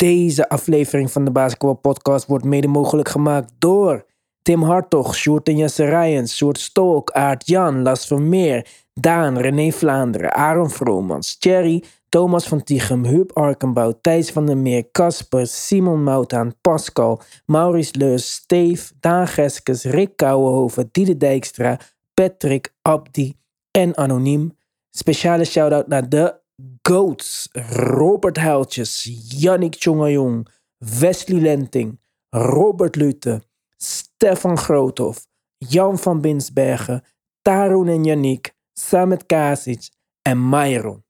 Deze aflevering van de Basketball Podcast wordt mede mogelijk gemaakt door Tim Hartog, Sjoerd en Jesse Rijens, Sjoerd Stolk, Aart Jan, Las Vermeer, Daan, René Vlaanderen, Aaron Vromans, Thierry, Thomas van Tichem, Huub Arkenbouw, Thijs van der Meer, Casper, Simon Moutaan, Pascal, Maurice Leus, Steve, Daan Geskes, Rick Kouwenhoven, Diede Dijkstra, Patrick, Abdi en Anoniem. Speciale shout-out naar de GOATs, Robert Huiltjes, Yannick Tjongajong, Wesley Lenting, Robert Lute, Stefan Groothoff, Jan van Binsbergen, Tarun en Yannick, Samet Kasic en Myron.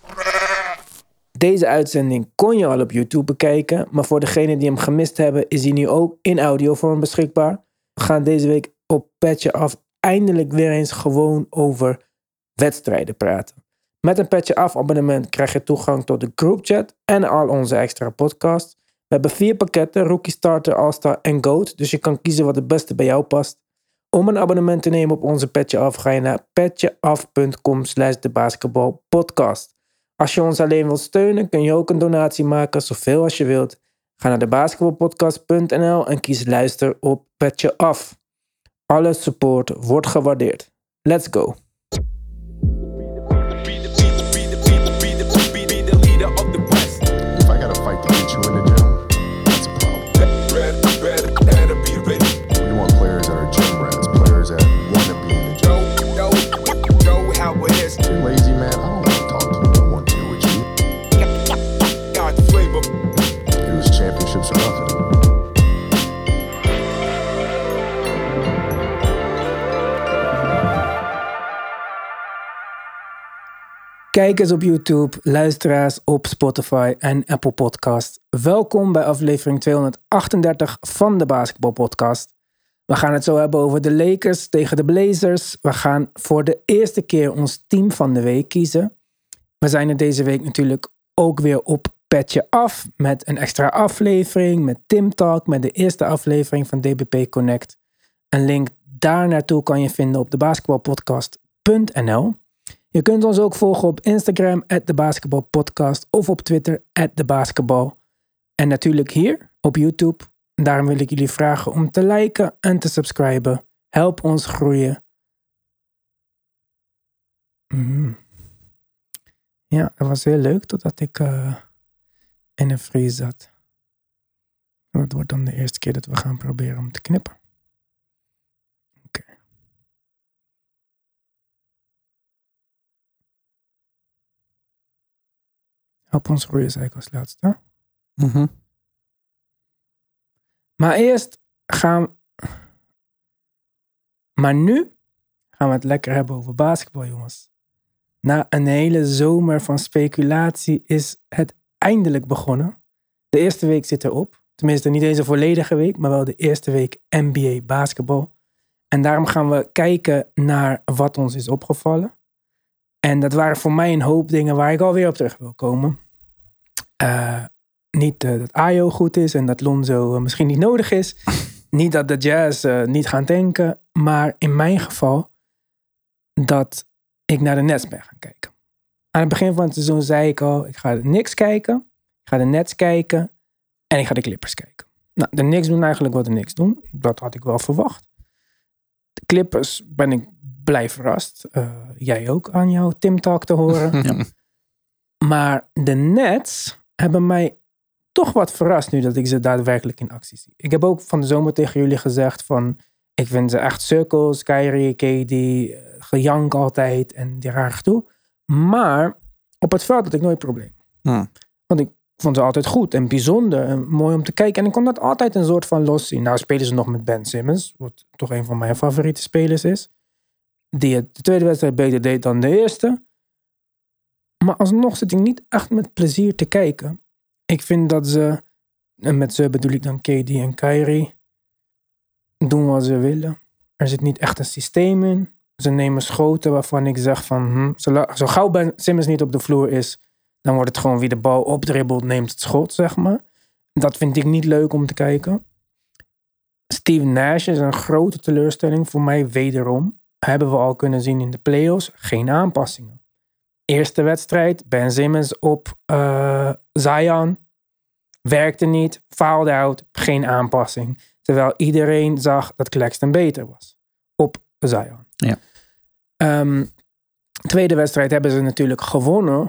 Deze uitzending kon je al op YouTube bekijken, maar voor degenen die hem gemist hebben is hij nu ook in audiovorm beschikbaar. We gaan deze week op Petje Af eindelijk weer eens gewoon over wedstrijden praten. Met een Petje Af abonnement krijg je toegang tot de groupchat en al onze extra podcasts. We hebben 4 pakketten, Rookie Starter, All-Star en GOAT, dus je kan kiezen wat het beste bij jou past. Om een abonnement te nemen op onze Petje Af ga je naar petjeaf.com/debasketballpodcast. Als je ons alleen wilt steunen kun je ook een donatie maken, zoveel als je wilt. Ga naar debasketballpodcast.nl en kies luister op Petje Af. Alle support wordt gewaardeerd. Let's go. Kijkers op YouTube, luisteraars op Spotify en Apple Podcasts. Welkom bij aflevering 238 van de Basketball Podcast. We gaan het zo hebben over de Lakers tegen de Blazers. We gaan voor de eerste keer ons team van de week kiezen. We zijn er deze week natuurlijk ook weer op Petje Af met een extra aflevering, met Tim Talk, met de eerste aflevering van DBP Connect. Een link daar naartoe kan je vinden op debasketballpodcast.nl. Je kunt ons ook volgen op Instagram @debasketballpodcast of op Twitter @debasketball. En natuurlijk hier op YouTube. Daarom wil ik jullie vragen om te liken en te subscriben. Help ons groeien. Ja, dat was heel leuk totdat ik in een vries zat. Dat wordt dan de eerste keer dat we gaan proberen om te knippen. Oké. Help ons groeien, zei ik als laatste. Maar nu gaan we het lekker hebben over basketbal, jongens. Na een hele zomer van speculatie is het eindelijk begonnen. De eerste week zit erop. Tenminste, niet eens een volledige week, maar wel de eerste week NBA basketbal. En daarom gaan we kijken naar wat ons is opgevallen. En dat waren voor mij een hoop dingen waar ik alweer op terug wil komen. Niet dat Ayo goed is en dat Lonzo misschien niet nodig is. Niet dat de Jazz niet gaan tanken. Maar in mijn geval dat ik naar de Nets ben gaan kijken. Aan het begin van het seizoen zei ik al, ik ga de Knicks kijken. Ik ga de Nets kijken. En ik ga de Clippers kijken. Nou, de Knicks doen eigenlijk wat de Knicks doen. Dat had ik wel verwacht. De Clippers ben ik blij verrast. Jij ook aan jouw Tim Talk te horen. Ja. Maar de Nets hebben mij toch wat verrast nu dat ik ze daadwerkelijk in actie zie. Ik heb ook van de zomer tegen jullie gezegd van, ik vind ze echt sukkels, Kyrie, KD, gejank altijd en die raar gedoe. Maar op het veld had ik nooit probleem. Want ik vond ze altijd goed en bijzonder en mooi om te kijken. En ik kon dat altijd een soort van los zien. Nou spelen ze nog met Ben Simmons, wat toch een van mijn favoriete spelers is. Die het de tweede wedstrijd beter deed dan de eerste. Maar alsnog zit ik niet echt met plezier te kijken. Ik vind dat ze, en met ze bedoel ik dan KD en Kyrie, doen wat ze willen. Er zit niet echt een systeem in. Ze nemen schoten waarvan ik zeg van, zo gauw Ben Simmons niet op de vloer is, dan wordt het gewoon wie de bal opdribbelt, neemt het schot, zeg maar. Dat vind ik niet leuk om te kijken. Steve Nash is een grote teleurstelling voor mij wederom. Hebben we al kunnen zien in de playoffs. Geen aanpassingen. Eerste wedstrijd, Ben Simmons op Zion. Werkte niet, fouled out, geen aanpassing. Terwijl iedereen zag dat Claxton beter was. Op Zion. Ja. Tweede wedstrijd hebben ze natuurlijk gewonnen.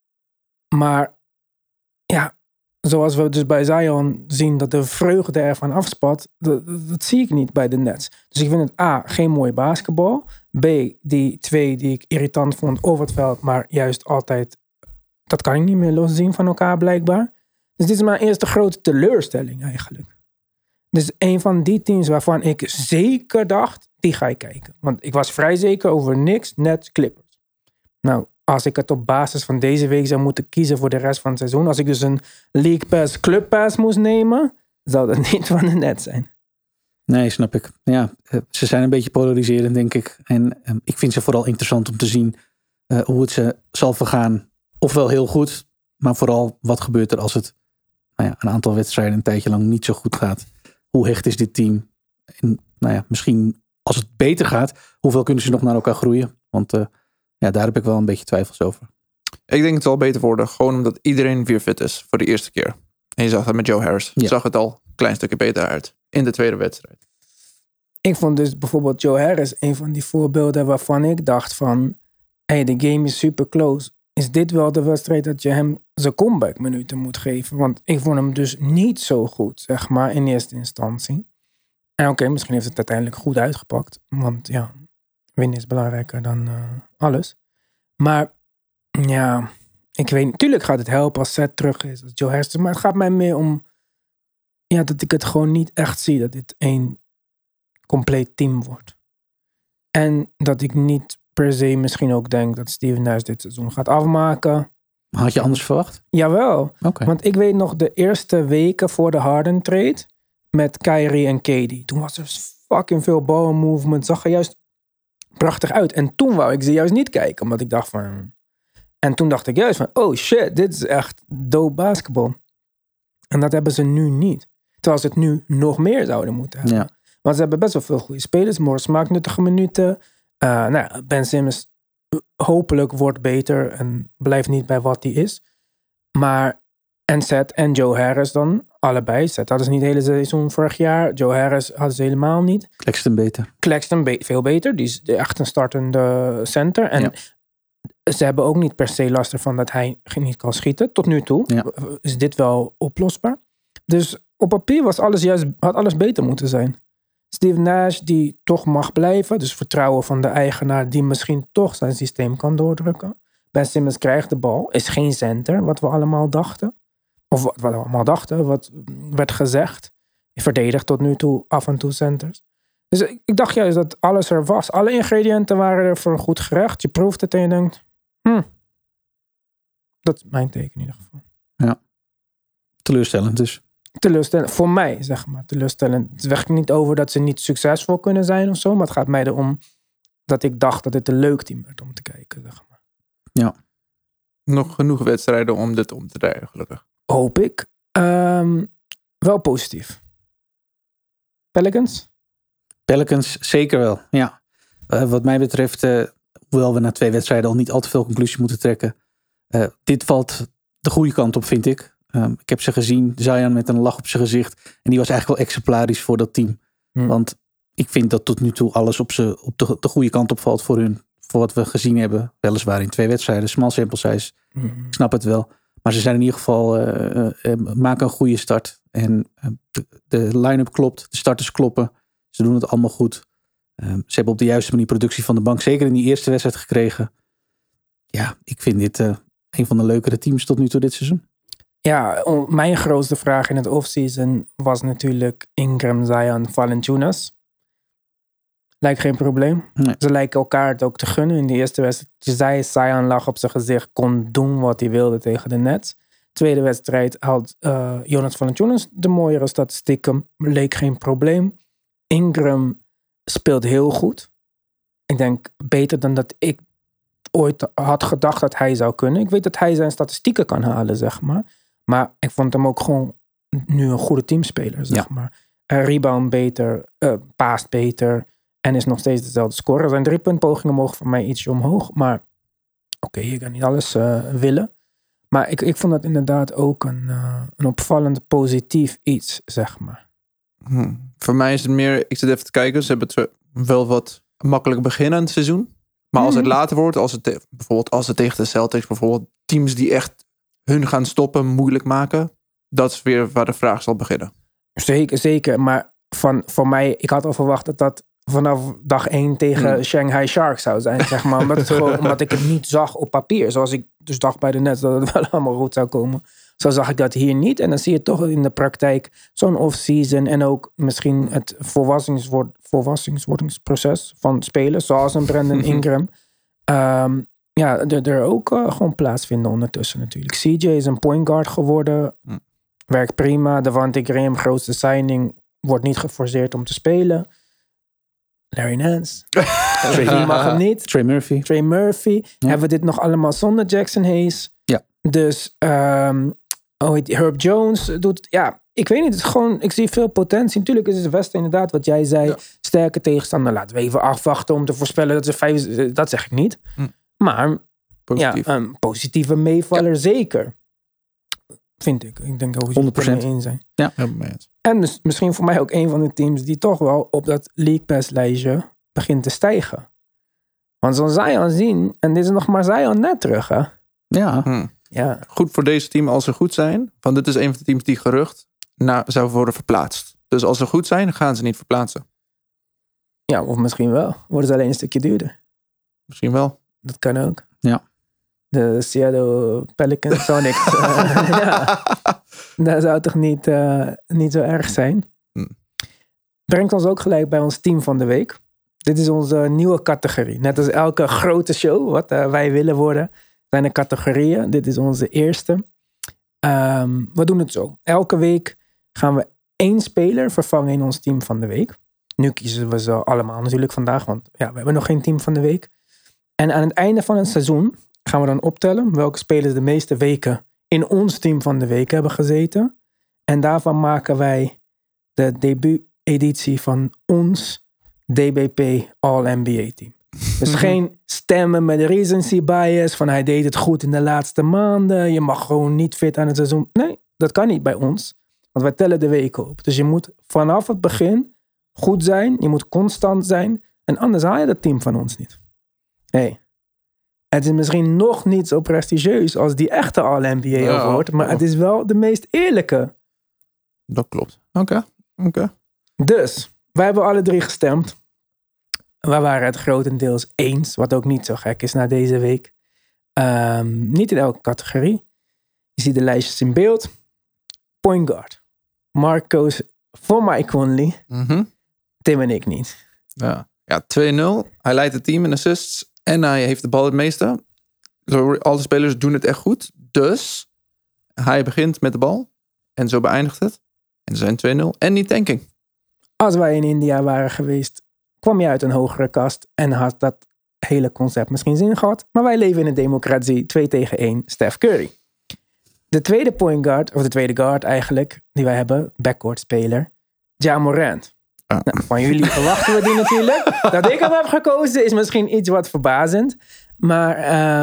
Maar ja, zoals we dus bij Zion zien dat de vreugde ervan afspat, dat zie ik niet bij de Nets. Dus ik vind het A, geen mooi basketbal. B, die twee die ik irritant vond over het veld, maar juist altijd, dat kan ik niet meer loszien van elkaar blijkbaar. Dus dit is mijn eerste grote teleurstelling eigenlijk. Dus een van die teams waarvan ik zeker dacht, die ga ik kijken. Want ik was vrij zeker over niks, Nets, Clippers. Nou, als ik het op basis van deze week zou moeten kiezen voor de rest van het seizoen, als ik dus een League Pass, Club Pass moest nemen, zou dat niet van de Nets zijn. Nee, snap ik. Ja, ze zijn een beetje polariserend, denk ik. En ik vind ze vooral interessant om te zien hoe het ze zal vergaan. Ofwel heel goed, maar vooral wat gebeurt er als het een aantal wedstrijden een tijdje lang niet zo goed gaat. Hoe hecht is dit team? En misschien als het beter gaat, hoeveel kunnen ze nog naar elkaar groeien? Want daar heb ik wel een beetje twijfels over. Ik denk het zal beter worden. Gewoon omdat iedereen weer fit is voor de eerste keer. En je zag dat met Joe Harris. Ja. Zag het al een klein stukje beter uit in de tweede wedstrijd. Ik vond dus bijvoorbeeld Joe Harris een van die voorbeelden waarvan ik dacht van, hey, de game is super close. Is dit wel de wedstrijd dat je hem zijn comeback minuten moet geven? Want ik vond hem dus niet zo goed, zeg maar, in eerste instantie. En oké, misschien heeft het uiteindelijk goed uitgepakt. Want ja, winnen is belangrijker dan alles. Maar ja, ik weet, natuurlijk gaat het helpen als Seth terug is, als Joe Harris. Maar het gaat mij meer om dat ik het gewoon niet echt zie dat dit één compleet team wordt. En dat ik niet per se misschien ook denk dat Steve Nash dit seizoen gaat afmaken. Had je anders verwacht? Jawel. Okay. Want ik weet nog de eerste weken voor de Harden trade met Kyrie en KD. Toen was er fucking veel ball movement. Zag er juist prachtig uit. En toen wou ik ze juist niet kijken. Omdat ik dacht van... En toen dacht ik juist van... Oh shit, dit is echt dope basketbal. En dat hebben ze nu niet. Terwijl ze het nu nog meer zouden moeten hebben. Ja. Want ze hebben best wel veel goede spelers. Morris maakt nuttige minuten. Ben Simmons hopelijk wordt beter. En blijft niet bij wat hij is. Maar... En Seth en Joe Harris dan. Allebei. Seth hadden ze niet het hele seizoen vorig jaar. Joe Harris hadden ze helemaal niet. Claxton beter. Veel beter. Die is echt een startende center. En ze hebben ook niet per se last ervan dat hij niet kan schieten. Tot nu toe is dit wel oplosbaar. Dus op papier had alles beter moeten zijn. Steve Nash die toch mag blijven. Dus vertrouwen van de eigenaar die misschien toch zijn systeem kan doordrukken. Ben Simmons krijgt de bal. Is geen center, wat we allemaal dachten. Of wat we allemaal dachten, wat werd gezegd. Verdedigt tot nu toe af en toe centers. Dus ik dacht juist dat alles er was. Alle ingrediënten waren er voor een goed gerecht. Je proeft het en je denkt... Dat is mijn teken in ieder geval. Ja. Teleurstellend dus. Teleurstellend. Voor mij, zeg maar. Teleurstellend. Het zegt niet over dat ze niet succesvol kunnen zijn of zo. Maar het gaat mij erom dat ik dacht dat het een leuk team werd om te kijken, zeg maar. Ja. Nog genoeg wedstrijden om dit om te draaien, gelukkig. Hoop ik. Wel positief. Pelicans, zeker wel. Ja. Wat mij betreft, hoewel we na 2 wedstrijden al niet al te veel conclusie moeten trekken. Dit valt de goede kant op, vind ik. Ik heb ze gezien, Zion met een lach op zijn gezicht. En die was eigenlijk wel exemplarisch voor dat team. Want ik vind dat tot nu toe alles op de goede kant opvalt voor hun. Voor wat we gezien hebben. Weliswaar in 2 wedstrijden, small sample size. Ik snap het wel. Maar ze zijn in ieder geval, maken een goede start. En de line-up klopt, de starters kloppen. Ze doen het allemaal goed. Ze hebben op de juiste manier productie van de bank. Zeker in die eerste wedstrijd gekregen. Ja, ik vind dit een van de leukere teams tot nu toe dit seizoen. Ja, mijn grootste vraag in het offseason was natuurlijk Ingram, Zion, Valanciunas. Lijkt geen probleem. Nee. Ze lijken elkaar het ook te gunnen. In de eerste wedstrijd, Zion lag op zijn gezicht, kon doen wat hij wilde tegen de Nets. Tweede wedstrijd had Jonas Valanciunas de mooiere statistieken. Leek geen probleem. Ingram speelt heel goed. Ik denk beter dan dat ik ooit had gedacht dat hij zou kunnen. Ik weet dat hij zijn statistieken kan halen, zeg maar. Maar ik vond hem ook gewoon nu een goede teamspeler, zeg maar. Rebound beter, paast beter en is nog steeds dezelfde scorer. Zijn 3-puntpogingen mogen van mij ietsje omhoog, maar oké, je kan niet alles willen. Maar ik vond dat inderdaad ook een opvallend positief iets, zeg maar. Voor mij is het meer, ik zit even te kijken, ze hebben het wel wat makkelijk beginnen aan het seizoen. Maar als het later wordt, bijvoorbeeld als het tegen de Celtics, bijvoorbeeld teams die echt hun gaan stoppen, moeilijk maken, dat is weer waar de vraag zal beginnen. Zeker. Maar voor mij, ik had al verwacht dat vanaf dag 1 tegen Shanghai Sharks zou zijn, zeg maar. Omdat ik het niet zag op papier. Zoals ik dus dacht bij de Nets dat het wel allemaal goed zou komen. Zo zag ik dat hier niet. En dan zie je toch in de praktijk zo'n off-season en ook misschien het volwassenswordingsproces van spelers, zoals een Brandon Ingram. Er ook gewoon plaatsvinden ondertussen natuurlijk. CJ is een point guard geworden. Werkt prima. Devontae Graham, grootste signing, wordt niet geforceerd om te spelen. Larry Nance. Die mag hem niet. Trey Murphy. Ja. Hebben we dit nog allemaal zonder Jackson Hayes? Ja. Dus Herb Jones doet... Ja, ik weet niet. Het is gewoon, ik zie veel potentie. Natuurlijk is het Westen inderdaad wat jij zei. Ja. Sterke tegenstander. Laten we even afwachten om te voorspellen dat ze 5... Dat zeg ik niet. Maar positief. Een positieve meevaller zeker. Vind ik. Ik denk dat we 100% in zijn. Ja. En dus misschien voor mij ook een van de teams die toch wel op dat League Pass lijstje begint te stijgen. Want zo'n Zion zien, en dit is nog maar Zion net terug, hè? Ja. Ja. Goed voor deze team als ze goed zijn. Want dit is een van de teams die gerucht zou worden verplaatst. Dus als ze goed zijn, gaan ze niet verplaatsen. Ja, of misschien wel. Worden ze alleen een stukje duurder. Misschien wel. Dat kan ook. Ja. De Seattle Pelicans Sonics. Ja. Dat zou toch niet zo erg zijn. Brengt ons ook gelijk bij ons team van de week. Dit is onze nieuwe categorie. Net als elke grote show, wat wij willen worden, zijn er categorieën. Dit is onze eerste. We doen het zo. Elke week gaan we 1 speler vervangen in ons team van de week. Nu kiezen we ze allemaal natuurlijk vandaag, want ja, we hebben nog geen team van de week. En aan het einde van het seizoen gaan we dan optellen welke spelers de meeste weken in ons team van de week hebben gezeten. En daarvan maken wij de debuuteditie van ons DBP All-NBA team. Dus geen stemmen met recency bias van hij deed het goed in de laatste maanden. Je mag gewoon niet fit aan het seizoen. Nee, dat kan niet bij ons. Want wij tellen de weken op. Dus je moet vanaf het begin goed zijn. Je moet constant zijn. En anders haal je dat team van ons niet. Nee. Het is misschien nog niet zo prestigieus als die echte All-NBA award. Maar het is wel de meest eerlijke. Dat klopt. Oké. Dus, wij hebben alle 3 gestemd. We waren het grotendeels eens. Wat ook niet zo gek is na deze week. Niet in elke categorie. Je ziet de lijstjes in beeld. Point guard. Mark koos voor Mike Conley. Tim en ik niet. Ja, 2-0. Hij leidt het team in assists. En hij heeft de bal het meeste. Alle spelers doen het echt goed. Dus hij begint met de bal. En zo beëindigt het. En ze zijn 2-0. En niet tanking. Als wij in India waren geweest, kwam je uit een hogere kast en had dat hele concept misschien zin gehad. Maar wij leven in een democratie. 2-1, Steph Curry. De tweede point guard, of de tweede guard eigenlijk, die wij hebben, backcourt speler, Ja Morant. Nou, van jullie verwachten we die natuurlijk. Dat ik hem heb gekozen is misschien iets wat verbazend. Maar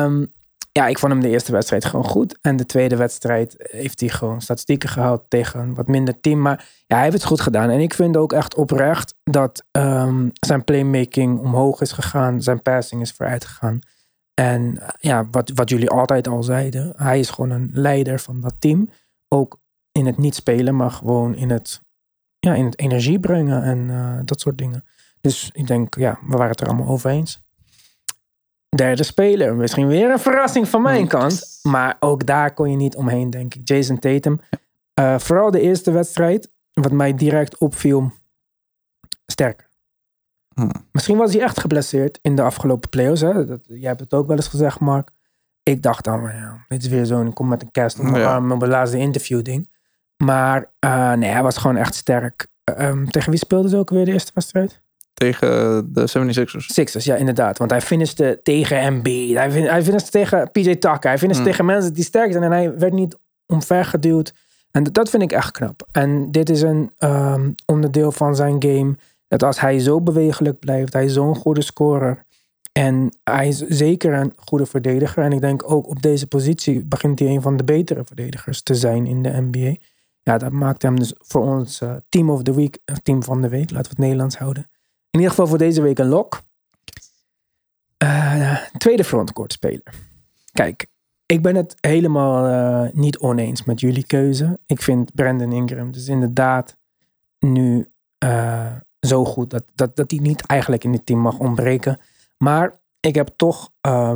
ik vond hem de eerste wedstrijd gewoon goed. En de tweede wedstrijd heeft hij gewoon statistieken gehaald tegen een wat minder team. Maar ja, hij heeft het goed gedaan. En ik vind ook echt oprecht dat zijn playmaking omhoog is gegaan. Zijn passing is vooruit gegaan. En ja, wat jullie altijd al zeiden. Hij is gewoon een leider van dat team. Ook in het niet spelen, maar gewoon in het energie brengen en dat soort dingen. Dus ik denk, we waren het er allemaal over eens. Derde speler. Misschien weer een verrassing van mijn kant. Maar ook daar kon je niet omheen, denk ik. Jason Tatum. Vooral de eerste wedstrijd. Wat mij direct opviel. Sterker. Misschien was hij echt geblesseerd in de afgelopen playoffs. Hè? Jij hebt het ook wel eens gezegd, Mark. Ik dacht dan, dit is weer zo'n... Ik kom met een cast op mijn arm op het laatste interview ding. Maar hij was gewoon echt sterk. Tegen wie speelde ze ook weer de eerste wedstrijd? Tegen de 76ers. Sixers, ja, inderdaad. Want hij finishte tegen MB. Hij finishte tegen PJ Tucker. Hij finishte tegen mensen die sterk zijn. En hij werd niet omvergeduwd. En dat vind ik echt knap. En dit is een onderdeel van zijn game. Dat als hij zo bewegelijk blijft. Hij is zo'n goede scorer. En hij is zeker een goede verdediger. En ik denk ook op deze positie begint hij een van de betere verdedigers te zijn in de NBA. Ja, dat maakt hem dus voor ons team of the week, team van de week. Laten we het Nederlands houden. In ieder geval voor deze week een lock. Tweede frontcourt speler. Kijk, ik ben het helemaal niet oneens met jullie keuze. Ik vind Brandon Ingram dus inderdaad nu zo goed dat hij niet eigenlijk in dit team mag ontbreken. Maar ik heb toch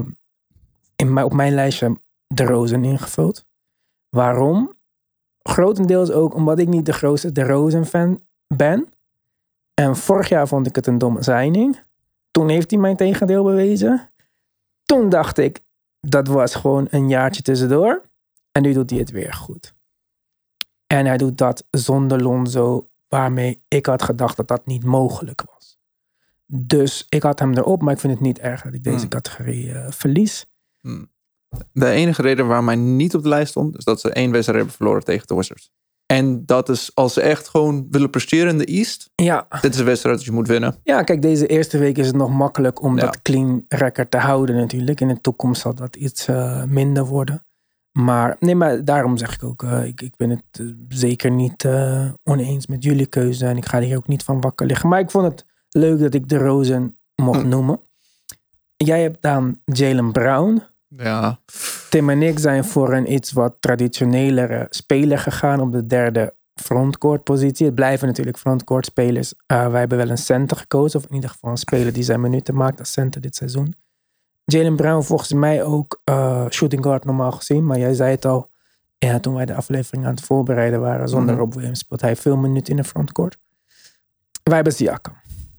op mijn lijstje DeRozan ingevuld. Waarom? Grotendeels ook omdat ik niet de grootste DeRozan-fan ben. En vorig jaar vond ik het een domme signing. Toen heeft hij mijn tegendeel bewezen. Toen dacht ik, dat was gewoon een jaartje tussendoor. En nu doet hij het weer goed. En hij doet dat zonder Lonzo, waarmee ik had gedacht dat dat niet mogelijk was. Dus ik had hem erop, maar ik vind het niet erg dat ik deze categorie verlies. De enige reden waarom hij niet op de lijst stond, is dat ze 1 wedstrijd hebben verloren tegen de Wizards. En dat is als ze echt gewoon willen presteren in de East. Ja. Dit is een wedstrijd dat je moet winnen. Ja, kijk, deze eerste week is het nog makkelijk om dat clean record te houden natuurlijk. In de toekomst zal dat iets minder worden. Maar daarom zeg ik ook, ik ben het zeker niet oneens met jullie keuze. En ik ga hier ook niet van wakker liggen. Maar ik vond het leuk dat ik DeRozan mocht noemen. Jij hebt dan Jaylen Brown. Ja. Tim en ik zijn voor een iets wat traditionelere speler gegaan op de derde frontcourt positie. Het blijven natuurlijk frontcourt spelers. Wij hebben wel een center gekozen. Of in ieder geval een speler die zijn minuten maakt als center dit seizoen. Jaylen Brown volgens mij ook shooting guard normaal gezien. Maar jij zei het al. Ja, toen wij de aflevering aan het voorbereiden waren. Zonder Rob Williams speelt hij veel minuten in de frontcourt. Wij hebben Siakam.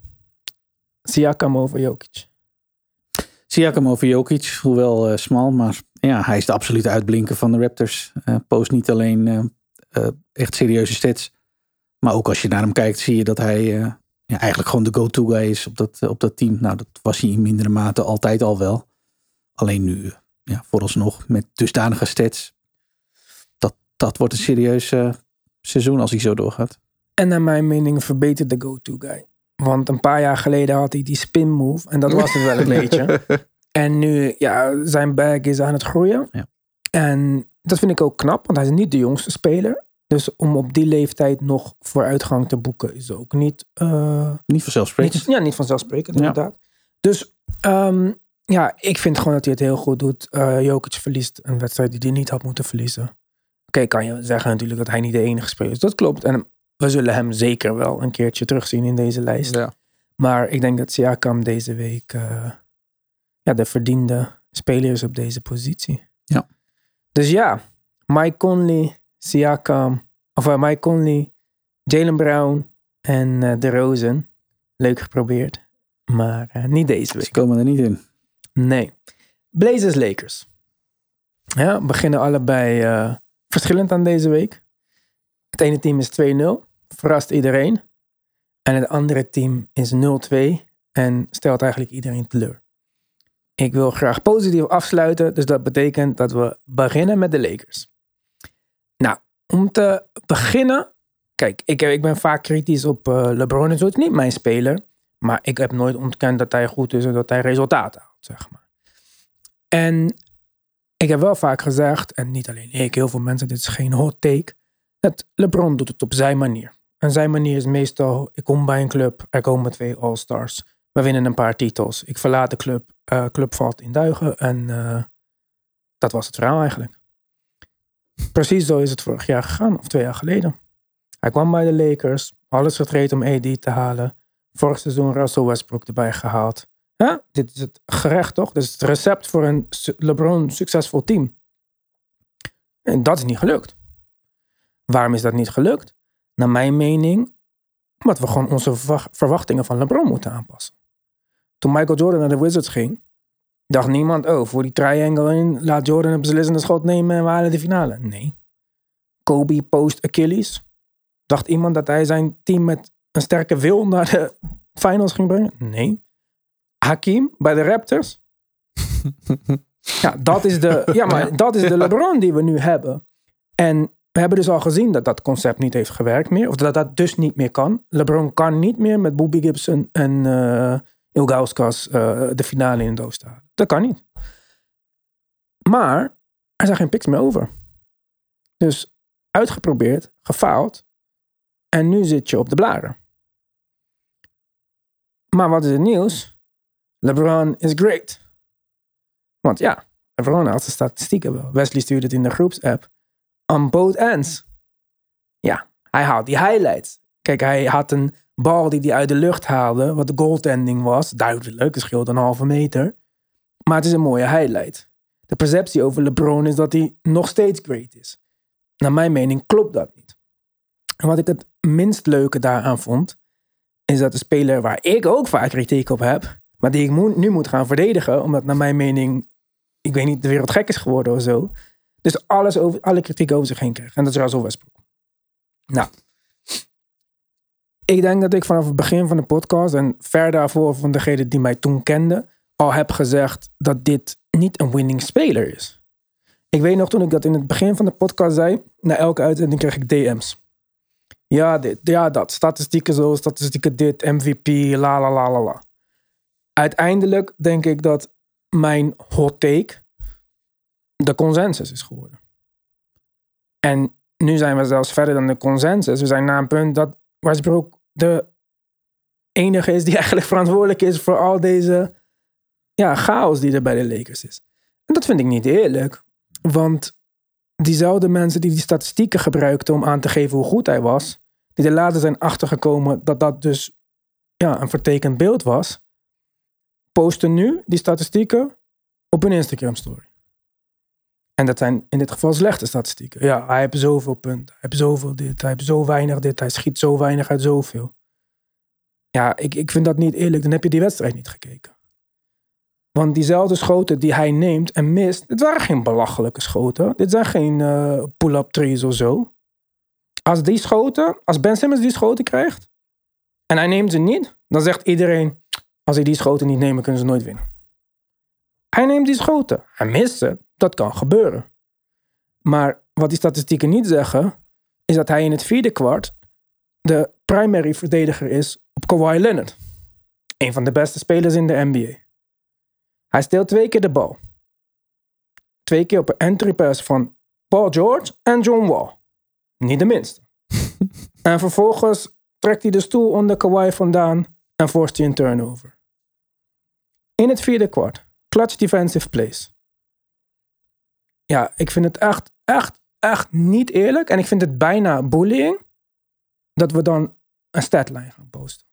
Siakam over Jokic. Siakam over Jokic, hoewel smal, maar ja, hij is de absolute uitblinker van de Raptors. Post niet alleen echt serieuze stats, maar ook als je naar hem kijkt zie je dat hij eigenlijk gewoon de go-to guy is op dat team. Nou, dat was hij in mindere mate altijd al wel. Alleen nu, vooralsnog met dusdanige stats, dat wordt een serieus seizoen als hij zo doorgaat. En naar mijn mening verbetert de go-to guy. Want een paar jaar geleden had hij die spin move. En dat was het wel een beetje. En nu, zijn bag is aan het groeien. Ja. En dat vind ik ook knap. Want hij is niet de jongste speler. Dus om op die leeftijd nog vooruitgang te boeken is ook niet... niet vanzelfsprekend. Niet vanzelfsprekend, inderdaad. Dus ik vind gewoon dat hij het heel goed doet. Jokic verliest een wedstrijd die hij niet had moeten verliezen. Oké, kan je zeggen natuurlijk dat hij niet de enige speler is. Dat klopt. En we zullen hem zeker wel een keertje terugzien in deze lijst. Ja. Maar ik denk dat Siakam deze week de verdiende speler is op deze positie. Ja. Dus Mike Conley, Siakam, Mike Conley, Jaylen Brown en DeRozan. Leuk geprobeerd. Maar niet deze week. Ze komen er niet in. Nee. Blazers Lakers. Ja, beginnen allebei verschillend aan deze week. Het ene team is 2-0. Verrast iedereen. En het andere team is 0-2. En stelt eigenlijk iedereen teleur. Ik wil graag positief afsluiten. Dus dat betekent dat we beginnen met de Lakers. Nou, om te beginnen. Kijk, ik ben vaak kritisch op LeBron en zo. Het is niet mijn speler. Maar ik heb nooit ontkend dat hij goed is en dat hij resultaten haalt, zeg maar. En ik heb wel vaak gezegd, en niet alleen ik, heel veel mensen, dit is geen hot take. Dat LeBron doet het op zijn manier. En zijn manier is meestal, ik kom bij een club, er komen 2 All-Stars. We winnen een paar titels. Ik verlaat de club, club valt in duigen. En dat was het verhaal eigenlijk. Precies zo is het vorig jaar gegaan, of 2 jaar geleden. Hij kwam bij de Lakers, alles getraind om AD te halen. Vorig seizoen Russell Westbrook erbij gehaald. Dit is het gerecht, toch? Dit is het recept voor een LeBron succesvol team. En dat is niet gelukt. Waarom is dat niet gelukt? Naar mijn mening, omdat we gewoon onze verwachtingen van LeBron moeten aanpassen. Toen Michael Jordan naar de Wizards ging, dacht niemand, voor die triangle in, laat Jordan een beslissende schot nemen en we halen de finale. Nee. Kobe post Achilles. Dacht iemand dat hij zijn team met een sterke wil naar de finals ging brengen? Nee. Hakeem bij de Raptors. Dat is de LeBron die we nu hebben. En we hebben dus al gezien dat dat concept niet heeft gewerkt meer. Of dat dat dus niet meer kan. LeBron kan niet meer met Bobby Gibson en Ilgauskas de finale in het oosten halen. Dat kan niet. Maar er zijn geen picks meer over. Dus uitgeprobeerd, gefaald. En nu zit je op de blaren. Maar wat is het nieuws? LeBron is great. Want ja, LeBron had zijn statistieken wel. Wesley stuurde het in de groepsapp. On both ends. Ja, hij haalt die highlights. Kijk, hij had een bal die hij uit de lucht haalde. Wat de goaltending was. Duidelijk, het scheelt een halve meter. Maar het is een mooie highlight. De perceptie over LeBron is dat hij nog steeds great is. Naar mijn mening klopt dat niet. En wat ik het minst leuke daaraan vond, is dat de speler waar ik ook vaak kritiek op heb, maar die ik nu moet gaan verdedigen, omdat naar mijn mening, ik weet niet, de wereld gek is geworden of zo. Dus alle kritiek over zich heen krijgt. En dat is Russell Westbrook. Nou, ik denk dat ik vanaf het begin van de podcast en ver daarvoor van degene die mij toen kende, al heb gezegd dat dit niet een winning speler is. Ik weet nog toen ik dat in het begin van de podcast zei, na elke uitzending kreeg ik DM's. Ja, dit, ja, dat. Statistieken zo, statistieken dit, MVP, la la la la la. Uiteindelijk denk ik dat mijn hot take de consensus is geworden. En nu zijn we zelfs verder dan de consensus. We zijn naar een punt dat Westbrook de enige is die eigenlijk verantwoordelijk is voor al deze chaos die er bij de Lakers is. En dat vind ik niet eerlijk. Want diezelfde mensen die statistieken gebruikten om aan te geven hoe goed hij was, die er later zijn achtergekomen dat dat dus een vertekend beeld was, posten nu die statistieken op hun Instagram story. En dat zijn in dit geval slechte statistieken. Ja, hij heeft zoveel punten, hij heeft zoveel dit, hij heeft zo weinig dit, hij schiet zo weinig uit zoveel. Ja, ik vind dat niet eerlijk. Dan heb je die wedstrijd niet gekeken. Want diezelfde schoten die hij neemt en mist, dit waren geen belachelijke schoten. Dit zijn geen pull-up threes of zo. Als Ben Simmons die schoten krijgt en hij neemt ze niet, dan zegt iedereen, als hij die schoten niet neemt, kunnen ze nooit winnen. Hij neemt die schoten. Hij mist ze. Dat kan gebeuren. Maar wat die statistieken niet zeggen, is dat hij in het vierde kwart de primary verdediger is op Kawhi Leonard. Een van de beste spelers in de NBA. Hij steelt 2 keer de bal. 2 keer op een entry pass van Paul George en John Wall. Niet de minste. En vervolgens trekt hij de stoel onder Kawhi vandaan en forst hij een turnover. In het vierde kwart. Clutch defensive plays. Ja, ik vind het echt niet eerlijk. En ik vind het bijna bullying dat we dan een statline gaan posten.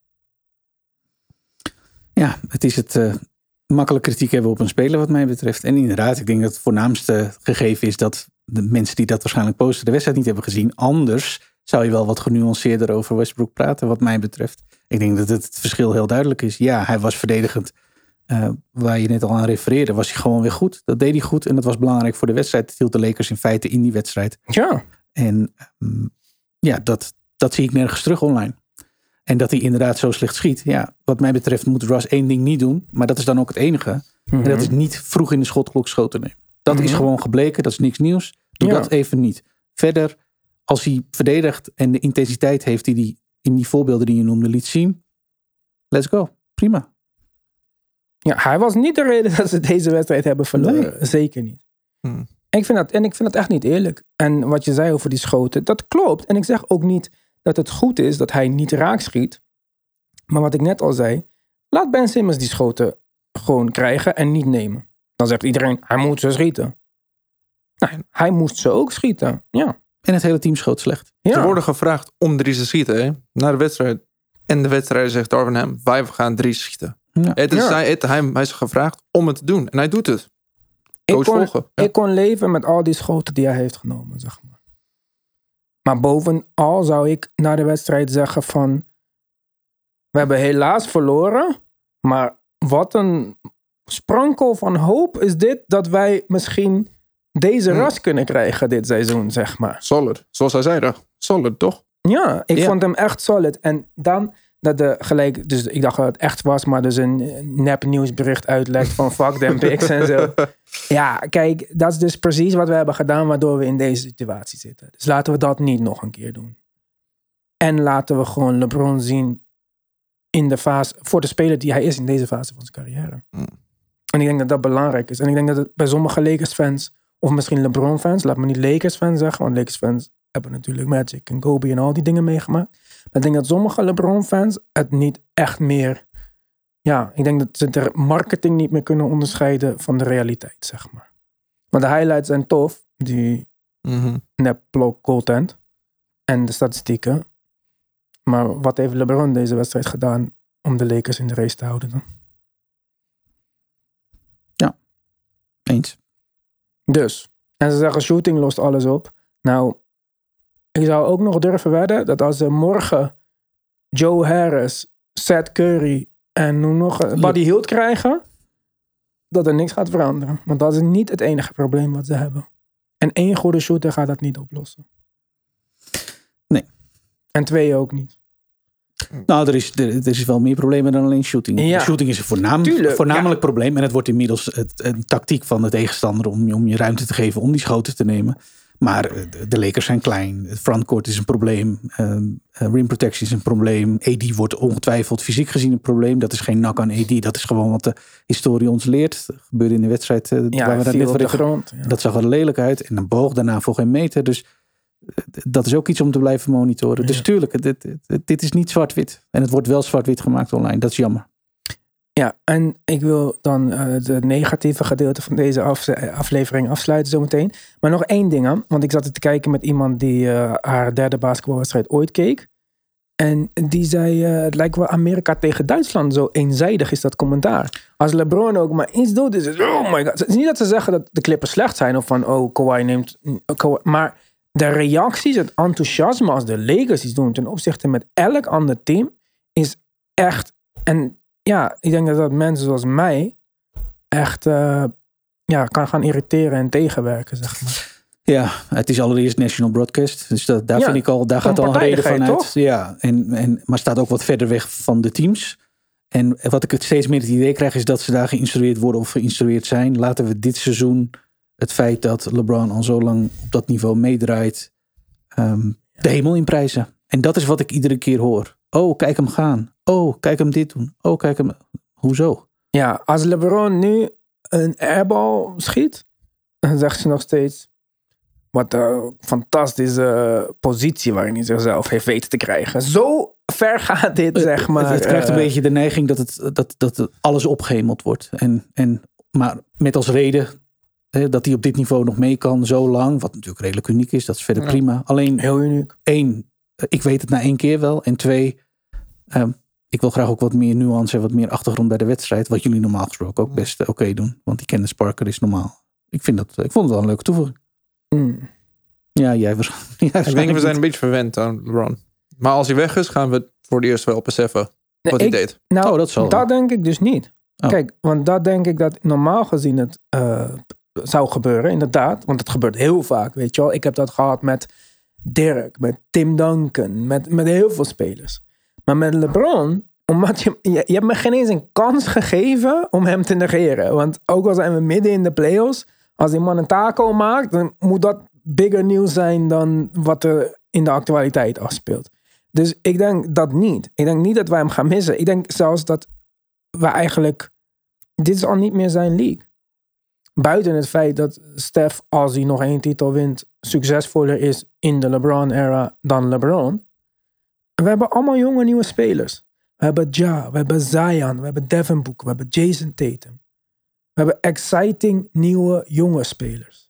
Ja, het is het makkelijk kritiek hebben op een speler wat mij betreft. En inderdaad, ik denk dat het voornaamste gegeven is dat de mensen die dat waarschijnlijk posten de wedstrijd niet hebben gezien. Anders zou je wel wat genuanceerder over Westbrook praten wat mij betreft. Ik denk dat het verschil heel duidelijk is. Ja, hij was verdedigend. Waar je net al aan refereerde, was hij gewoon weer goed. Dat deed hij goed en dat was belangrijk voor de wedstrijd. Het hield de Lakers in feite in die wedstrijd. Ja. En dat zie ik nergens terug online. En dat hij inderdaad zo slecht schiet. Ja, wat mij betreft moet Russ 1 ding niet doen. Maar dat is dan ook het enige. Mm-hmm. En dat is niet vroeg in de schotklok schoten nemen. Dat is gewoon gebleken. Dat is niks nieuws. Doe dat even niet. Verder, als hij verdedigt en de intensiteit heeft die hij in die voorbeelden die je noemde liet zien. Let's go. Prima. Ja, hij was niet de reden dat ze deze wedstrijd hebben verloren. Nee. Zeker niet. Ik vind dat echt niet eerlijk. En wat je zei over die schoten, dat klopt. En ik zeg ook niet dat het goed is dat hij niet raak schiet. Maar wat ik net al zei, laat Ben Simmons die schoten gewoon krijgen en niet nemen. Dan zegt iedereen, hij moet ze schieten. Nee, hij moest ze ook schieten. Ja. En het hele team schoot slecht. Ja. Ze worden gevraagd om 3 te schieten. Hè? Na de wedstrijd. En de wedstrijd zegt Darvin Ham, wij gaan 3 schieten. Ja. Hij is gevraagd om het te doen. En hij doet het. Ik kon leven met al die schoten die hij heeft genomen, zeg maar. Maar bovenal zou ik na de wedstrijd zeggen van, we hebben helaas verloren, maar wat een sprankel van hoop is dit, dat wij misschien deze ras kunnen krijgen dit seizoen, zeg maar. Solid, zoals hij zei, solid, toch? Ja, ik vond hem echt solid. En dan dus ik dacht dat het echt was, maar dus een nep nieuwsbericht uitlegt van fuck them picks en zo. Ja, kijk, dat is dus precies wat we hebben gedaan waardoor we in deze situatie zitten. Dus laten we dat niet nog een keer doen. En laten we gewoon LeBron zien in de fase, voor de speler die hij is in deze fase van zijn carrière. En ik denk dat dat belangrijk is. En ik denk dat het bij sommige Lakers-fans, of misschien LeBron-fans, laat me niet Lakers-fans zeggen, want Lakers-fans hebben natuurlijk Magic en Kobe en al die dingen meegemaakt. Maar ik denk dat sommige LeBron-fans het niet echt meer... Ja, ik denk dat ze de marketing niet meer kunnen onderscheiden van de realiteit, zeg maar. Maar de highlights zijn tof, die nep-blok goaltend en de statistieken. Maar wat heeft LeBron deze wedstrijd gedaan om de Lakers in de race te houden dan? Ja, eens. Dus, en ze zeggen shooting lost alles op. Nou, ik zou ook nog durven wedden dat als ze morgen Joe Harris, Seth Curry en nu nog Buddy Hield krijgen, dat er niks gaat veranderen. Want dat is niet het enige probleem wat ze hebben. En 1 goede shooter gaat dat niet oplossen. Nee. En 2 ook niet. Nou, er is wel meer problemen dan alleen shooting. Ja. Shooting is een voornamelijk probleem. En het wordt inmiddels een tactiek van de tegenstander om je ruimte te geven om die schoten te nemen. Maar de Lakers zijn klein. Het frontcourt is een probleem. Rim protection is een probleem. AD wordt ongetwijfeld fysiek gezien een probleem. Dat is geen nak aan AD. Dat is gewoon wat de historie ons leert. Dat gebeurde in de wedstrijd waar we dat net op de grond. Ja. Dat zag er lelijk uit. En dan boog daarna voor geen meter. Dus dat is ook iets om te blijven monitoren. Ja. Dus tuurlijk, dit is niet zwart-wit. En het wordt wel zwart-wit gemaakt online. Dat is jammer. Ja, en ik wil dan het negatieve gedeelte van deze aflevering afsluiten zometeen. Maar nog 1 ding aan. Want ik zat te kijken met iemand die haar 3e basketbalwedstrijd ooit keek. En die zei, het lijkt wel Amerika tegen Duitsland. Zo eenzijdig is dat commentaar. Als LeBron ook maar iets doet, is het, oh my god. Het is niet dat ze zeggen dat de Clippers slecht zijn. Of van, oh, Kawhi neemt... Maar de reacties, het enthousiasme als de Lakers iets doen ten opzichte met elk ander team, is echt... En ja, ik denk dat mensen zoals mij echt kan gaan irriteren en tegenwerken, zeg maar. Ja, het is allereerst national broadcast. Dus daar vind ik al, daar gaat al een reden van uit. Toch? Ja, maar staat ook wat verder weg van de teams. En wat ik het steeds meer het idee krijg, is dat ze daar geïnstrueerd worden of geïnstrueerd zijn. Laten we dit seizoen het feit dat LeBron al zo lang op dat niveau meedraait, de hemel in prijzen. En dat is wat ik iedere keer hoor. Oh, kijk hem gaan. Oh, kijk hem dit doen. Oh, kijk hem... Hoezo? Ja, als LeBron nu een airbal schiet, dan zegt ze nog steeds, wat een fantastische positie waarin hij zichzelf heeft weten te krijgen. Zo ver gaat dit, zeg maar. Het krijgt een beetje de neiging dat alles opgehemeld wordt. Maar met als reden dat hij op dit niveau nog mee kan, zo lang. Wat natuurlijk redelijk uniek is, dat is verder prima. Alleen, heel uniek. 1, ik weet het na 1 keer wel. En 2, ik wil graag ook wat meer nuance en wat meer achtergrond bij de wedstrijd. Wat jullie normaal gesproken ook best oké doen. Want die Candace Parker is normaal. Ik vond het wel een leuke toevoeging. Ja, jij waarschijnlijk. Ik denk we zijn een beetje verwend aan LeBron. Maar als hij weg is, gaan we voor het eerst wel beseffen wat hij deed. Nou, dat denk ik dus niet. Oh. Kijk, want dat denk ik dat normaal gezien het zou gebeuren, inderdaad. Want het gebeurt heel vaak, weet je wel. Ik heb dat gehad met Dirk, met Tim Duncan, met heel veel spelers. Maar met LeBron, omdat je hebt me geen eens een kans gegeven om hem te negeren. Want ook al zijn we midden in de playoffs, als die man een taco maakt, dan moet dat bigger nieuws zijn dan wat er in de actualiteit afspeelt. Dus ik denk dat niet. Ik denk niet dat wij hem gaan missen. Ik denk zelfs dat we eigenlijk... Dit is al niet meer zijn league. Buiten het feit dat Steph, als hij nog 1 titel wint, succesvoller is in de LeBron-era dan LeBron. We hebben allemaal jonge nieuwe spelers. We hebben Ja, we hebben Zion, we hebben Devin Booker, we hebben Jason Tatum. We hebben exciting nieuwe jonge spelers.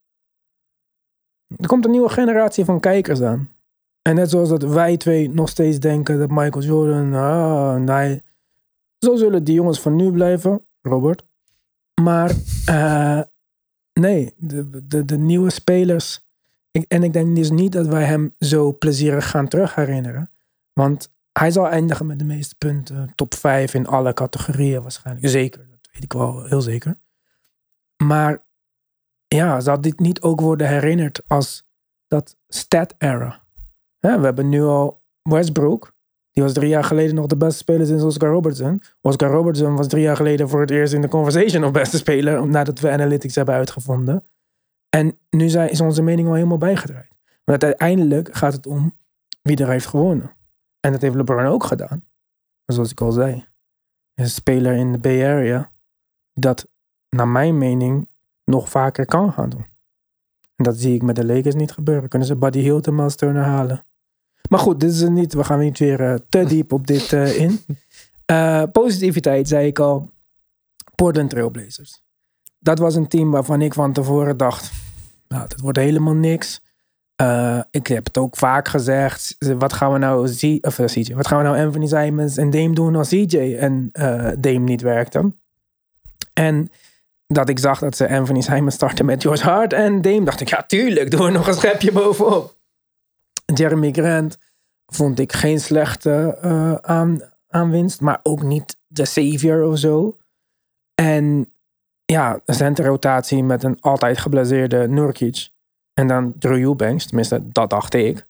Er komt een nieuwe generatie van kijkers aan. En net zoals dat wij 2 nog steeds denken dat Michael Jordan... zo zullen die jongens van nu blijven, Robert. Maar nee, de nieuwe spelers... Ik denk dus niet dat wij hem zo plezierig gaan terug herinneren. Want hij zal eindigen met de meeste punten. Top 5 in alle categorieën waarschijnlijk. Zeker, dat weet ik wel heel zeker. Maar ja, zal dit niet ook worden herinnerd als dat stat-era? We hebben nu al Westbrook. Die was 3 jaar geleden nog de beste speler sinds Oscar Robertson. Oscar Robertson was 3 jaar geleden voor het eerst in de conversation of beste speler. Nadat we analytics hebben uitgevonden. En nu is onze mening al helemaal bijgedraaid. Want uiteindelijk gaat het om wie er heeft gewonnen. En dat heeft LeBron ook gedaan. zoals ik al zei, is een speler in de Bay Area dat naar mijn mening nog vaker kan gaan doen. En dat zie ik met de Lakers niet gebeuren. Kunnen ze Buddy Hield en Miles Turner halen? Maar goed, dit is het niet. We gaan niet weer te diep op dit in. Positiviteit, zei ik al. Portland Trail Blazers. Dat was een team waarvan ik van tevoren dacht, nou, dat wordt helemaal niks. Ik heb het ook vaak gezegd. Wat gaan we nou Wat gaan we nou Anthony Simons en Dame doen als CJ en Dame niet werkte? En dat ik zag dat ze Anthony Simons starten met Josh Hart en Dame, dacht ik, ja tuurlijk, doe er nog een schepje bovenop. Jeremy Grant vond ik geen slechte aanwinst, maar ook niet de savior of zo. En ja, een centerrotatie met een altijd geblesseerde Nurkic en dan Drew Eubanks, tenminste dat dacht ik,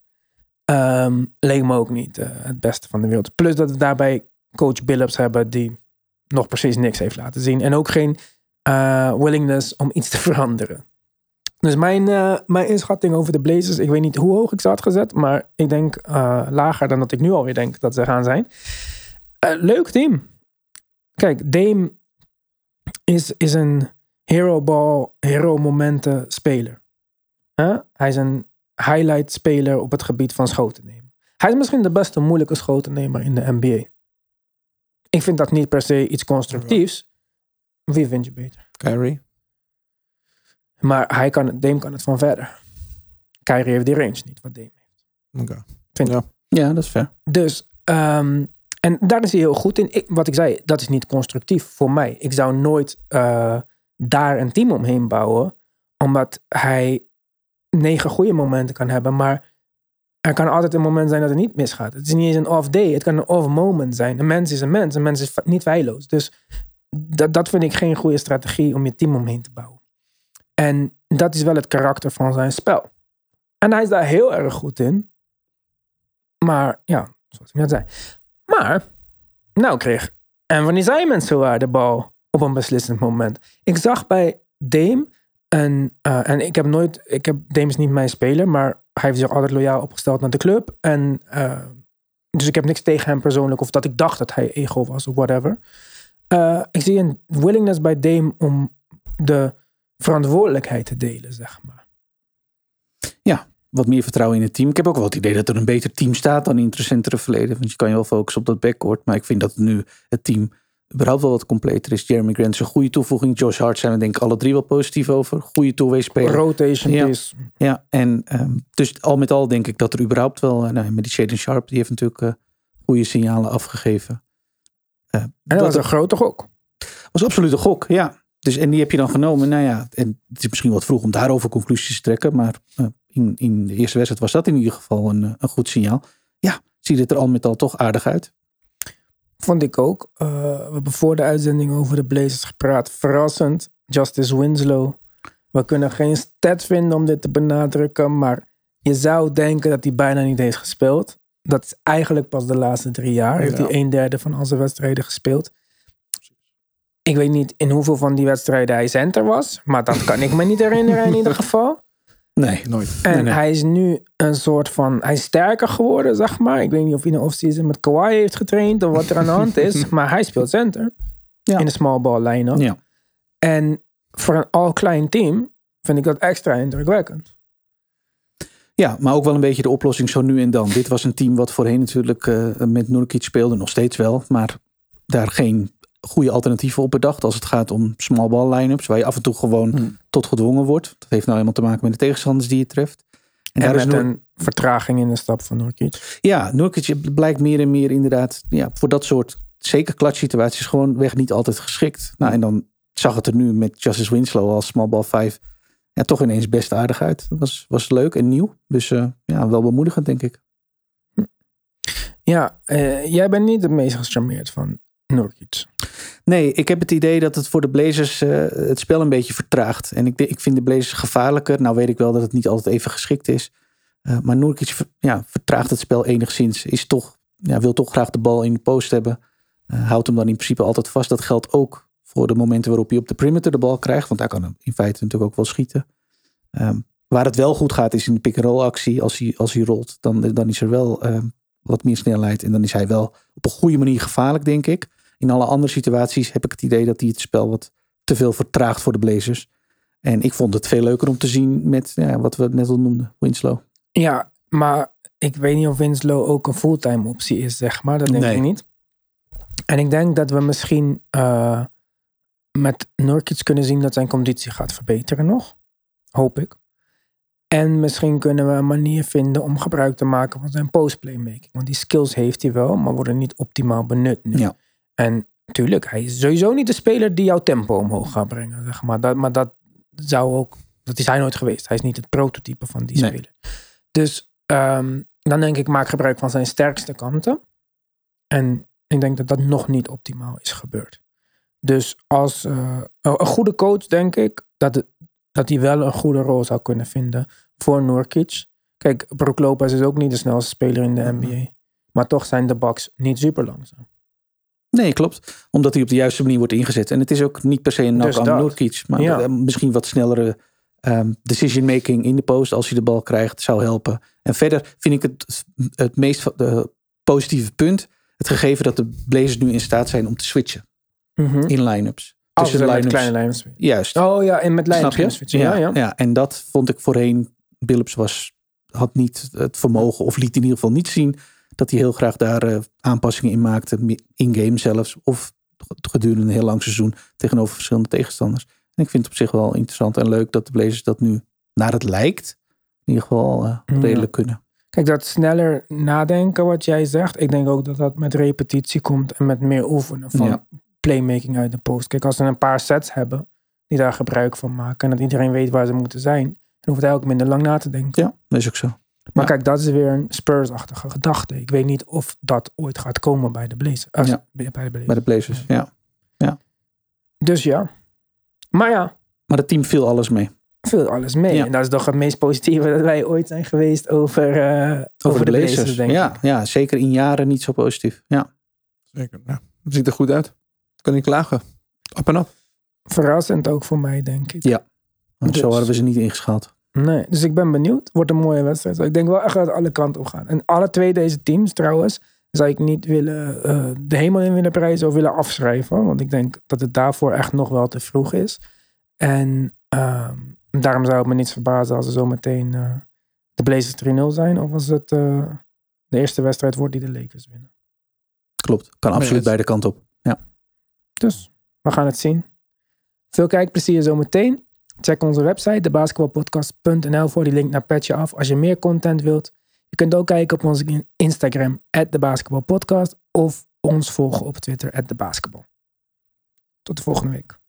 leek me ook niet het beste van de wereld. Plus dat we daarbij coach Billups hebben die nog precies niks heeft laten zien en ook geen willingness om iets te veranderen. Dus mijn inschatting over de Blazers, ik weet niet hoe hoog ik ze had gezet, maar ik denk lager dan dat ik nu alweer denk dat ze gaan zijn. Leuk team. Kijk, Dame is een hero ball, hero momenten speler. Hij is een highlight speler op het gebied van schoten nemen. Hij is misschien de beste moeilijke schotennemer in de NBA. Ik vind dat niet per se iets constructiefs. Wie vind je beter? Kyrie. Maar Dame kan het van verder. Kyrie heeft die range niet, wat Dame heeft. Okay. Ja, dat is fair. Dus, en daar is hij heel goed in. Wat ik zei, dat is niet constructief voor mij. Ik zou nooit daar een team omheen bouwen, omdat hij 9 goede momenten kan hebben, maar er kan altijd een moment zijn dat het niet misgaat. Het is niet eens een off day, het kan een off moment zijn. Een mens is een mens, een mens is niet feilloos. Dus dat vind ik geen goede strategie om je team omheen te bouwen. En dat is wel het karakter van zijn spel. En hij is daar heel erg goed in. Maar ja, zoals ik net zei. Maar, nou kreeg Anthony Simons zowaar de bal op een beslissend moment. Ik zag bij Dame, en Dame is niet mijn speler, maar hij heeft zich altijd loyaal opgesteld naar de club. En dus ik heb niks tegen hem persoonlijk, of dat ik dacht dat hij ego was of whatever. Ik zie een willingness bij Dame om de verantwoordelijkheid te delen, zeg maar. Ja, wat meer vertrouwen in het team. Ik heb ook wel het idee dat er een beter team staat dan in het recentere verleden. Want je kan je wel focussen op dat backcourt. Maar ik vind dat nu het team überhaupt wel wat completer is. Jeremy Grant is een goede toevoeging. Josh Hart zijn we denk ik alle drie wel positief over. Goede two-way-speler. Rotation is. Ja, en dus al met al denk ik dat er überhaupt wel, met die Shaedon Sharpe, die heeft natuurlijk goede signalen afgegeven. En dat was een grote gok. Was absoluut een gok, ja. Dus, en die heb je dan genomen. Nou ja, en het is misschien wat vroeg om daarover conclusies te trekken. Maar in de eerste wedstrijd was dat in ieder geval een goed signaal. Ja, ziet het er al met al toch aardig uit. Vond ik ook. We hebben voor de uitzending over de Blazers gepraat. Verrassend. Justice Winslow. We kunnen geen stat vinden om dit te benadrukken. Maar je zou denken dat hij bijna niet heeft gespeeld. Dat is eigenlijk pas de laatste 3 jaar. Heeft hij 1/3 van al zijn wedstrijden gespeeld. Ik weet niet in hoeveel van die wedstrijden hij center was. Maar dat kan ik me niet herinneren in ieder geval. Nee, nooit. En hij is nu een soort van... Hij is sterker geworden, zeg maar. Ik weet niet of hij in de offseason met Kawhi heeft getraind... of wat er aan de hand is. Maar hij speelt center. Ja. In de small ball line-up. Ja. En voor een al-klein team... vind ik dat extra indrukwekkend. Ja, maar ook wel een beetje de oplossing zo nu en dan. Dit was een team wat voorheen natuurlijk met Nurkic speelde. Nog steeds wel. Maar daar geen goede alternatieven op bedacht. Als het gaat om small ball line-ups. Waar je af en toe gewoon tot gedwongen wordt. Dat heeft nou helemaal te maken met de tegenstanders die je treft. En daar is een vertraging in de stap van Nurkic. Ja, Nurkic blijkt meer en meer inderdaad... Ja, voor dat soort zeker clutch-situaties gewoon weg niet altijd geschikt. Nou, en dan zag het er nu met Justice Winslow als small ball 5... Ja, toch ineens best aardig uit. Dat was leuk en nieuw. Dus ja, wel bemoedigend, denk ik. Ja, jij bent niet het meest gecharmeerd van Nurkic. Nee, ik heb het idee dat het voor de Blazers het spel een beetje vertraagt. En ik vind de Blazers gevaarlijker. Nou weet ik wel dat het niet altijd even geschikt is. Maar Nurkic vertraagt het spel enigszins. Wil toch graag de bal in de post hebben. Houdt hem dan in principe altijd vast. Dat geldt ook voor de momenten waarop hij op de perimeter de bal krijgt. Want daar kan hij in feite natuurlijk ook wel schieten. Waar het wel goed gaat is in de pick-and-roll actie. Als hij rolt, dan is er wel wat meer snelheid. En dan is hij wel op een goede manier gevaarlijk, denk ik. In alle andere situaties heb ik het idee dat hij het spel wat te veel vertraagt voor de Blazers. En ik vond het veel leuker om te zien met wat we net al noemden, Winslow. Ja, maar ik weet niet of Winslow ook een fulltime optie is, zeg maar. Dat denk ik niet. En ik denk dat we misschien met Nurkic kunnen zien dat zijn conditie gaat verbeteren nog. Hoop ik. En misschien kunnen we een manier vinden om gebruik te maken van zijn postplaymaking. Want die skills heeft hij wel, maar worden niet optimaal benut nu. Ja. En natuurlijk, hij is sowieso niet de speler die jouw tempo omhoog gaat brengen. Zeg maar dat is hij nooit geweest. Hij is niet het prototype van die speler. Dus dan denk ik, maak gebruik van zijn sterkste kanten. En ik denk dat dat nog niet optimaal is gebeurd. Dus als een goede coach, denk ik, dat hij wel een goede rol zou kunnen vinden voor Nurkic. Kijk, Brook Lopez is ook niet de snelste speler in de NBA. Maar toch zijn de Bucks niet super langzaam. Nee, klopt. Omdat hij op de juiste manier wordt ingezet. En het is ook niet per se een knock aan Nurkic. Maar misschien wat snellere decision making in de post als hij de bal krijgt zou helpen. En verder vind ik het meest positieve punt. Het gegeven dat de Blazers nu in staat zijn om te switchen. In line-ups. Tussen de line-ups. Kleine line-ups. Juist. Oh ja, en met line-ups switchen. Ja, en dat vond ik voorheen. Billups had niet het vermogen of liet in ieder geval niet zien dat hij heel graag daar aanpassingen in maakte. In-game zelfs. Of gedurende een heel lang seizoen tegenover verschillende tegenstanders. En ik vind het op zich wel interessant en leuk dat de Blazers dat nu naar het lijkt in ieder geval redelijk kunnen. Kijk, dat sneller nadenken wat jij zegt. Ik denk ook dat dat met repetitie komt en met meer oefenen van playmaking uit de post. Kijk, als ze een paar sets hebben die daar gebruik van maken en dat iedereen weet waar ze moeten zijn, dan hoeft hij ook minder lang na te denken. Ja, dat is ook zo. Maar kijk, dat is weer een Spurs-achtige gedachte. Ik weet niet of dat ooit gaat komen bij de Blazers. Bij de Blazers, ja. Dus ja. Maar het team viel alles mee. En dat is toch het meest positieve dat wij ooit zijn geweest over de Blazers, denk ik. Ja, zeker in jaren niet zo positief. Ja. Zeker. Ja. Het ziet er goed uit. Kan niet klagen. Op en op. Verrassend ook voor mij, denk ik. Ja. Dus, zo hadden we ze niet ingeschaald. Nee, dus ik ben benieuwd. Wordt een mooie wedstrijd. Ik denk wel echt dat alle kanten op gaan. En alle twee deze teams trouwens zou ik niet willen de hemel in willen prijzen of willen afschrijven. Want ik denk dat het daarvoor echt nog wel te vroeg is. En daarom zou het me niets verbazen als er zometeen de Blazers 3-0 zijn. Of als het de eerste wedstrijd wordt die de Lakers winnen. Klopt, kan absoluut beide kanten op. Ja. Dus, we gaan het zien. Veel kijkplezier zometeen. Check onze website, thebasketballpodcast.nl voor die link naar Petje Af als je meer content wilt. Je kunt ook kijken op onze Instagram, @thebasketballpodcast. Of ons volgen op Twitter, @thebasketball. Tot de volgende week.